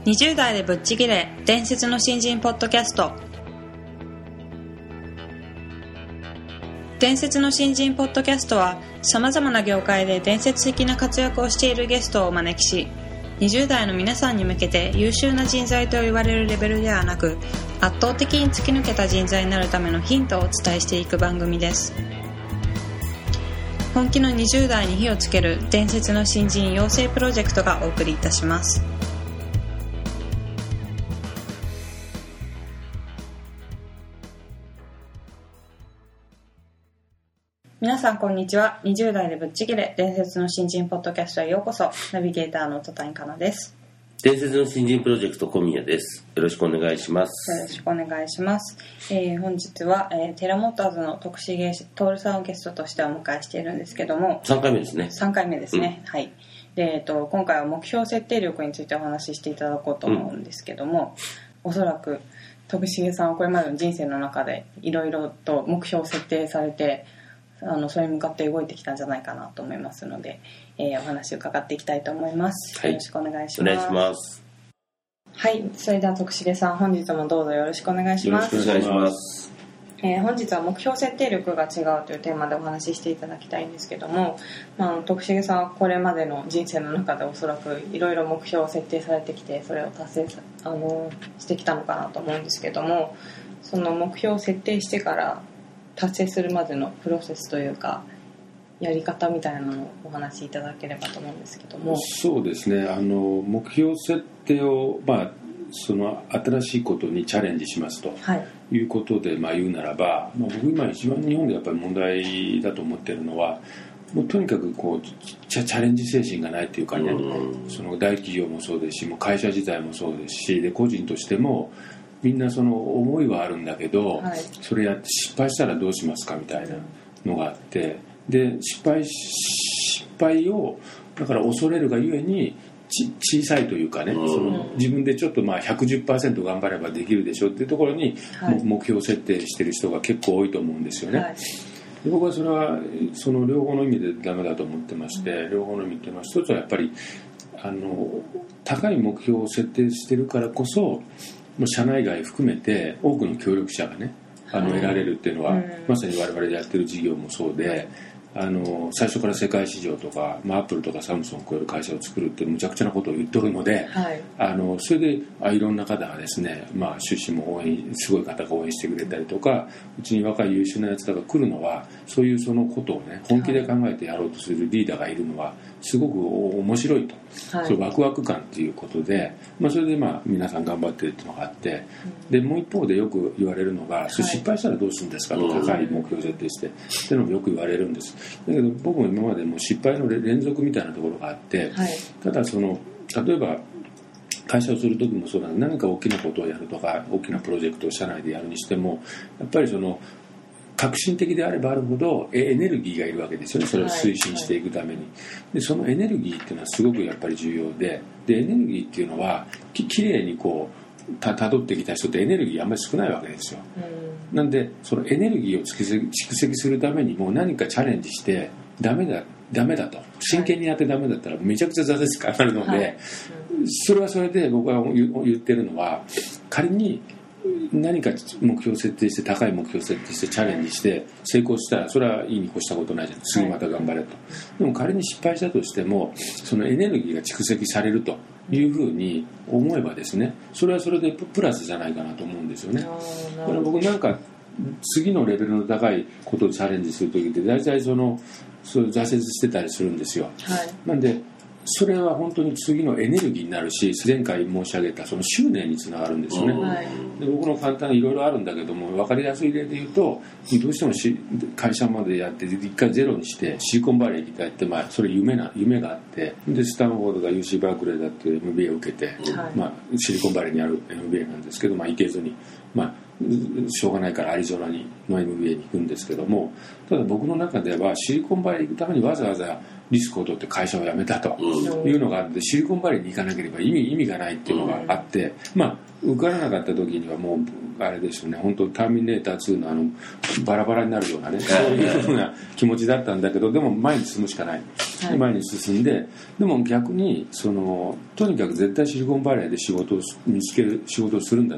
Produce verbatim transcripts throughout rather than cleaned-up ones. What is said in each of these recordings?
にじゅう代でぶっちぎれ伝説の新人ポッドキャスト。伝説の新人ポッドキャストはさまざまな業界で伝説的な活躍をしているゲストをお招きし、にじゅう代の皆さんに向けて優秀な人材と言われるレベルではなく、圧倒的に突き抜けた人材になるためのヒントをお伝えしていく番組です。本気のにじゅう代に火をつける伝説の新人養成プロジェクトがお送りいたします。皆さんこんにちは。にじゅう代でぶっちぎれ伝説の新人ポッドキャストへようこそ。ナビゲーターの戸谷香奈です。 伝説の新人プロジェクト小宮です。よろしくお願いします。 よろしくお願いします。えー、本日は、えー、テラモーターズの徳重徹さんをゲストとしてお迎えしているんですけども、 さんかいめですね。 さんかいめですね、うん、はい。で、えっと、今回は目標設定力についてお話ししていただこうと思うんですけども、うん、おそらく徳重さんはこれまでの人生の中でいろいろと目標を設定されて、あのそれに向かって動いてきたんじゃないかなと思いますので、えー、お話を伺っていきたいと思います、はい、よろしくお願いします。 お願いします。 はい、それでは徳重さん、本日もどうぞよろしくお願いします。 よろしくお願いします。 えー、本日は目標設定力が違うというテーマでお話ししていただきたいんですけども、まあ、徳重さんはこれまでの人生の中でおそらくいろいろ目標を設定されてきて、それを達成さ、あのしてきたのかなと思うんですけども、その目標を設定してから達成するまでのプロセスというかやり方みたいなのをお話しいただければと思うんですけども。 そうですね、あの目標設定を、まあ、その新しいことにチャレンジしますと、はい、いうことで、まあ、言うならば、まあ、僕今一番日本でやっぱり問題だと思っているのは、もうとにかくこうチャ、チャレンジ精神がないというかね、うん、その大企業もそうですし、もう会社自体もそうですし、で個人としてもみんなその思いはあるんだけど、はい、それやって失敗したらどうしますかみたいなのがあって、で失敗失敗をだから恐れるがゆえにち小さいというかね、うん、その自分でちょっとまあ ひゃくじゅっパーセント 頑張ればできるでしょっていうところに、はい、目標設定してる人が結構多いと思うんですよね、はい、で僕はそれはその両方の意味でダメだと思ってまして、うん、両方の意味っていうのは、一つはやっぱりあの高い目標を設定してるからこそ、社内外含めて多くの協力者がね、あの得られるっていうのは、うん、まさに我々でやってる事業もそうで、あの最初から世界市場とか、まあ、アップルとかサムソンを超える会社を作るってむちゃくちゃなことを言っとるので、はい、あのそれであいろんな方がですね、まあ、出資も応援すごい方が応援してくれたりとか、うちに若い優秀なやつらが来るのは、そういうそのことをね本気で考えてやろうとするリーダーがいるのはすごく面白いと、はい、そういうワクワク感っていうことで、まあ、それでまあ皆さん頑張ってるっていうのがあって、うん、でもう一方でよく言われるのが、はい、それ失敗したらどうするんですかと、高い目標設定してっていうのもよく言われるんです。だけど僕も今までも失敗の連続みたいなところがあって、はい、ただその例えば会社をする時もそうだ、何か大きなことをやるとか大きなプロジェクトを社内でやるにしても、やっぱりその革新的であればあるほどエネルギーがいるわけですよね、それを推進していくために、はいはい、でそのエネルギーっていうのはすごくやっぱり重要で、でエネルギーっていうのはききれいにこうたたどってきた人ってエネルギーあんまり少ないわけですよ。うん、なんでそのエネルギーを蓄積するためにもう何かチャレンジしてダメだダメだと真剣にやってダメだったらめちゃくちゃ挫折感があるので、はいうん、それはそれで僕が言ってるのは、仮に何か目標を設定して、高い目標を設定してチャレンジして成功したらそれはいいに越したことないじゃん、次また頑張れと、はい、でも仮に失敗したとしてもそのエネルギーが蓄積されるというふうに思えばですね、それはそれでプラスじゃないかなと思うんですよね。だから僕なんか次のレベルの高いことをチャレンジするときって大体そのそう挫折してたりするんですよ、はい、なんでそれは本当に次のエネルギーになるし、前回申し上げたその執念につながるんですよね、はい、で僕の簡単いろいろあるんだけども、分かりやすい例で言うと、どうしてもし会社までやって一回ゼロにしてシリコンバレーに行きたいって、まあ、それ 夢, な夢があって、でスタンフォードが ユーシー バークレーだって エムビーエー を受けて、はいまあ、シリコンバレーにある エムビーエー なんですけど、まあ、行けずに、まあしょうがないからアリゾナにの エムビーエー に行くんですけども、ただ僕の中ではシリコンバレーに行くためにわざわざリスクを取って会社を辞めたというのがあって、シリコンバレーに行かなければ意味、意味がないっていうのがあって、まあ受からなかった時にはもうあれですよね、本当ターミネーターツーのあのバラバラになるようなね、そういうふうな気持ちだったんだけど、でも前に進むしかない。 で前に進んで、でも逆にそのとにかく絶対シリコンバレーで仕事を見つける仕事をするんだって。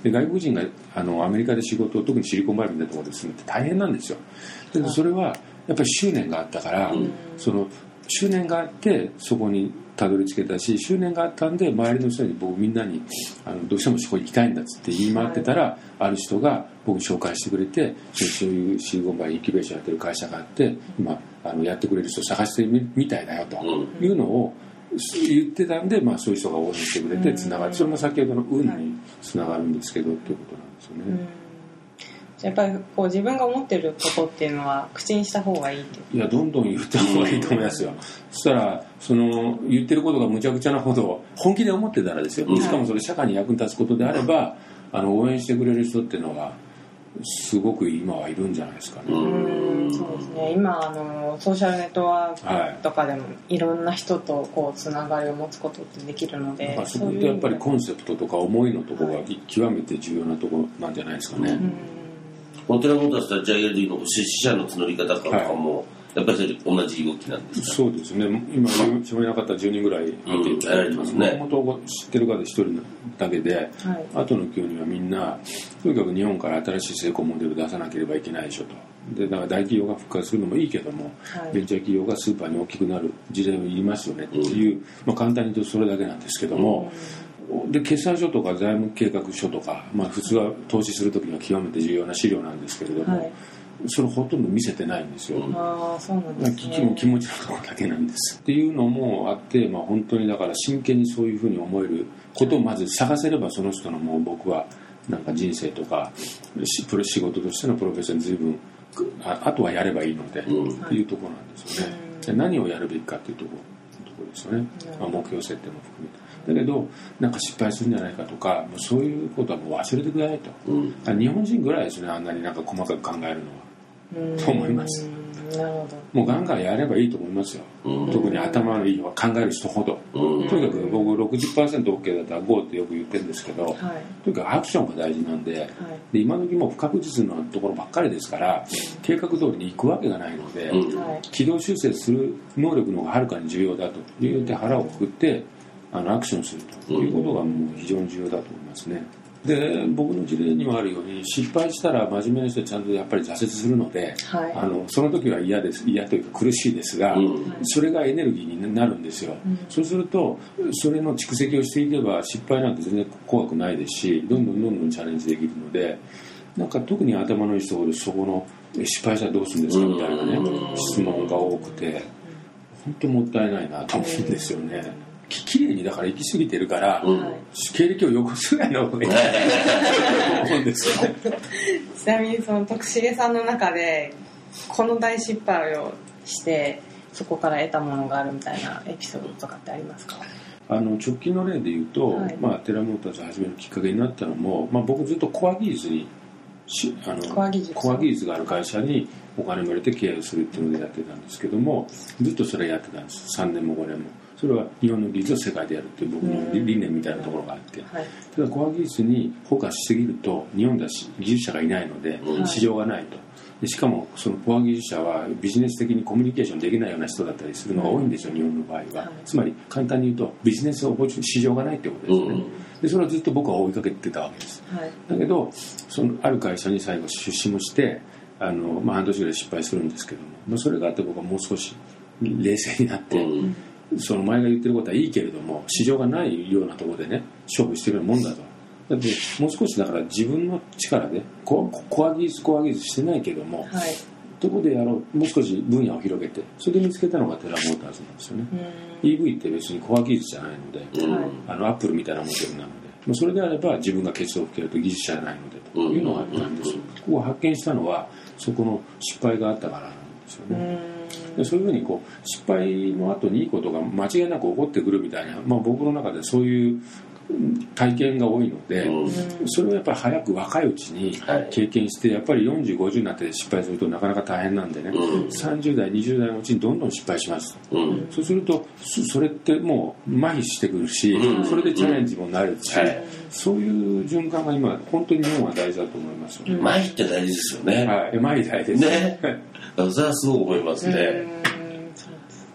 で外国人があのアメリカで仕事を特にシリコンバレーみたいなところで住むって大変なんですよ。でそれはやっぱり執念があったから、うん、その執念があってそこにたどり着けたし、執念があったんで周りの人に僕みんなにあのどうしてもそこ行きたいんだっつって言い回ってたら、はい、ある人が僕に紹介してくれて、そういうシリコンバレーインキュベーションやってる会社があって今あのやってくれる人を探してみみたいだよというのを言ってたんで、まあ、そういう人が応援してくれてつながる、それも先ほどの運につながるんですけど、はい、っていうことなんですよね。うんやっぱりこう自分が思ってることっていうのは口にした方がいいっていう。 いやどんどん言った方がいいと思いますよ。そしたらその言ってることがむちゃくちゃなほど本気で思ってたらですよ、しかもそれ社会に役に立つことであれば、あの応援してくれる人っていうのがすごく今はいるんじゃないですかね。 うんそうですね。今あのソーシャルネットワークとかでもいろんな人とこうつながりを持つことってできるので、 だからそこってやっぱりコンセプトとか思いのところが極めて重要なところなんじゃないですかね。うんお寺本たちは ジェイエルディー の出資者の募り方とかも、はい、やっぱり同じ動きなんですか。 そうですね。今一番いなかったじゅうにんぐらい見ていただいてますね。もともと知ってる方一人だけで、はい、後の教にはみんなとにかく日本から新しい成功モデルを出さなければいけないでしょと。でだから大企業が復活するのもいいけども、はい、ベンチャー企業がスーパーに大きくなる事例もいりますよねっていう、うん、まあ、簡単に言うとそれだけなんですけども、うん、で決算書とか財務計画書とか、まあ、普通は投資するときには極めて重要な資料なんですけれども、はい、それほとんど見せてないんですよ。 ああ、そうなんですね。 気持ちのところだけなんですっていうのもあって、まあ、本当にだから真剣にそういうふうに思えることをまず探せれば、その人のもう僕はなんか人生とか仕事としてのプロフェッションに随分 あ, あとはやればいいので、うん、っていうところなんですよね。で何をやるべきかっていうところ、ところですよね、まあ、目標設定も含めて。だけどなんか失敗するんじゃないかとか、もうそういうことはもう忘れてくださいと、うん、日本人ぐらいですね、あんなになんか細かく考えるのはと思います。 なるほど。 もうガンガンやればいいと思いますよ、うん、特に頭のいい考える人ほど、うん、とにかく僕 ろくじゅっパーセントオーケー だったら ゴー ってよく言ってるんですけど、はい、とにかくアクションが大事なんで、はい、で今時もう不確実なところばっかりですから、うん、計画通りに行くわけがないので、うん、軌道修正する能力の方がはるかに重要だというて腹をくくってあのアクションするということがもう非常に重要だと思いますね。で僕の事例にもあるように、失敗したら真面目な人はちゃんとやっぱり挫折するので、はい、あのその時は嫌です嫌というか苦しいですが、うん、それがエネルギーになるんですよ、うん、そうするとそれの蓄積をしていけば失敗なんて全然怖くないですし、どんどんどんどんチャレンジできるので、なんか特に頭のいい人ほどそこの失敗したらどうするんですかみたいなね、うん、質問が多くて本当もったいないなと思うんですよね。きれいにだから行き過ぎてるから、うん、経歴をよこすぐらいの方がいいと思うんですよね。 ちなみにその徳重さんの中でこの大失敗をしてそこから得たものがあるみたいなエピソードとかってありますか？ あの直近の例で言うと、はい、まあ、テラモーターズを始めるきっかけになったのも、まあ、僕ずっとコア技術にあのコア技術コア技術がある会社にお金も入れて経営するっていうのでやってたんですけども、ずっとそれやってたんです。さんねんもごねんも。それは日本の技術を世界でやるっていう僕の理念みたいなところがあって、はい、ただコア技術にフォーカスしすぎると日本では技術者がいないので市場がないと。でしかもそのコア技術者はビジネス的にコミュニケーションできないような人だったりするのが多いんですよ、日本の場合は、はい、つまり簡単に言うとビジネスを市場がないってことですね、うん、でそれをずっと僕は追いかけてたわけです、はい、だけどそのある会社に最後出資もしてあの、まあ、半年ぐらい失敗するんですけども、まあ、それがあって僕はもう少し冷静になって、うん、その前が言ってることはいいけれども市場がないようなところでね勝負してるようなもんだと。だってもう少しだから自分の力でコア技術コア技術してないけども、はい、どこでやろう、もう少し分野を広げてそれで見つけたのがテラモーターズなんですよね。 イーブイ って別にコア技術じゃないので、はい、あのアップルみたいなモデルなので、まあ、それであれば自分がケツを吹けると技術者じゃないのでというのがあったんですよ。ここを発見したのはそこの失敗があったからなんですよね。でそういうふうにこう失敗の後にいいことが間違いなく起こってくるみたいな、まあ、僕の中でそういう体験が多いので、うん、それをやっぱり早く若いうちに経験して、やっぱりよんじゅう、ごじゅうになって失敗するとなかなか大変なんでね、うん、さんじゅう代、にじゅう代のうちにどんどん失敗しますと、うん、そうするとそれってもう麻痺してくるし、うん、それでチャレンジもなるし、うん、そういう循環が今本当に日本は大事だと思いますよね、 うん、麻痺って大事ですよね。 はい、麻痺大事ですね。 それはすごく思いますね。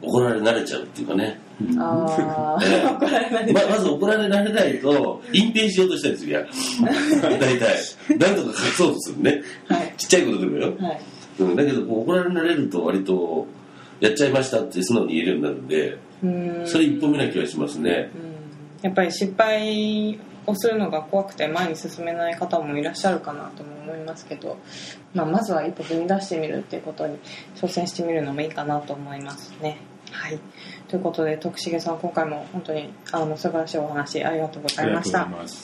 怒られ慣れちゃうっていうかね。 あー、怒られ慣れままず怒られ慣れないと隠蔽しようとしたりするやん。大体何とか隠そうとするね、はい、ちっちゃいことでもよ、はい、うん、だけどこう怒られ慣れると割とやっちゃいましたって素直に言えるようになるんで、うーん、それ一歩目な気がしますね。 うん、やっぱり失敗をするのが怖くて前に進めない方もいらっしゃるかなとも思いますけど、まあ、まずは一歩踏み出してみるっていうことに挑戦してみるのもいいかなと思いますね。はい、ということで徳重さん、今回も本当にあの素晴らしいお話ありがとうございました。 ありがとうございます。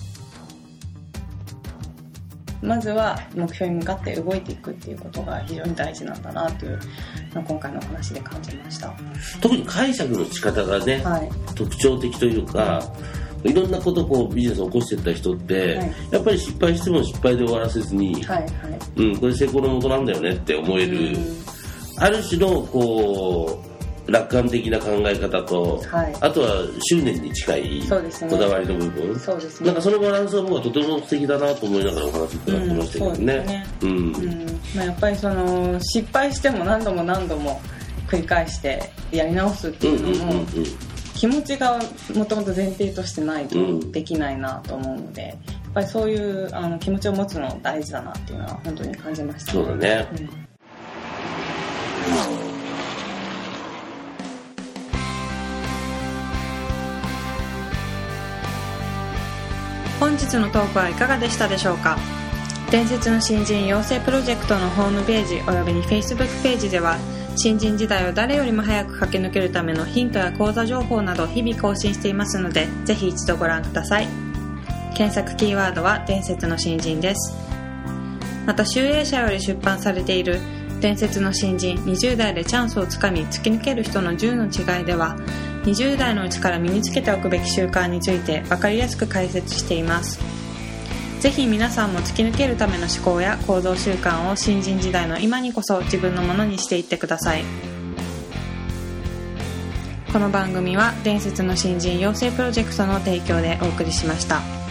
まずは目標に向かって動いていくっていうことが非常に大事なんだなというのを今回のお話で感じました。 特に解釈の仕方がね、はい、特徴的というか、いろんなことをこうビジネスを起こしていった人って、はい、やっぱり失敗しても失敗で終わらせずに、はいはい、うん、これ成功のもとなんだよねって思える、ある種のこう楽観的な考え方と、はい、あとは執念に近いこだわりの部分、そうですね、なんかそのバランスは僕はとても素敵だなと思いながらお話伺ってましたけどね。 やっぱりその失敗しても何度も何度も繰り返してやり直すっていうのも、うんうんうんうん、気持ちがもともと前提としてないとできないなと思うので、やっぱりそういうあの気持ちを持つの大事だなっていうのは本当に感じました、ね。 そうだね、うん、 本日のトークはいかがでしたでしょうか。伝説の新人養成プロジェクトのホームページおよびに Facebook ページでは、新人時代を誰よりも早く駆け抜けるためのヒントや講座情報など日々更新していますので、ぜひ一度ご覧ください。検索キーワードは伝説の新人です。また集英社より出版されている伝説の新人にじゅう代でチャンスをつかみ突き抜ける人のじゅうの違いでは、にじゅう代のうちから身につけておくべき習慣について分かりやすく解説しています。ぜひ皆さんも突き抜けるための思考や行動習慣を新人時代の今にこそ自分のものにしていってください。この番組は伝説の新人養成プロジェクトの提供でお送りしました。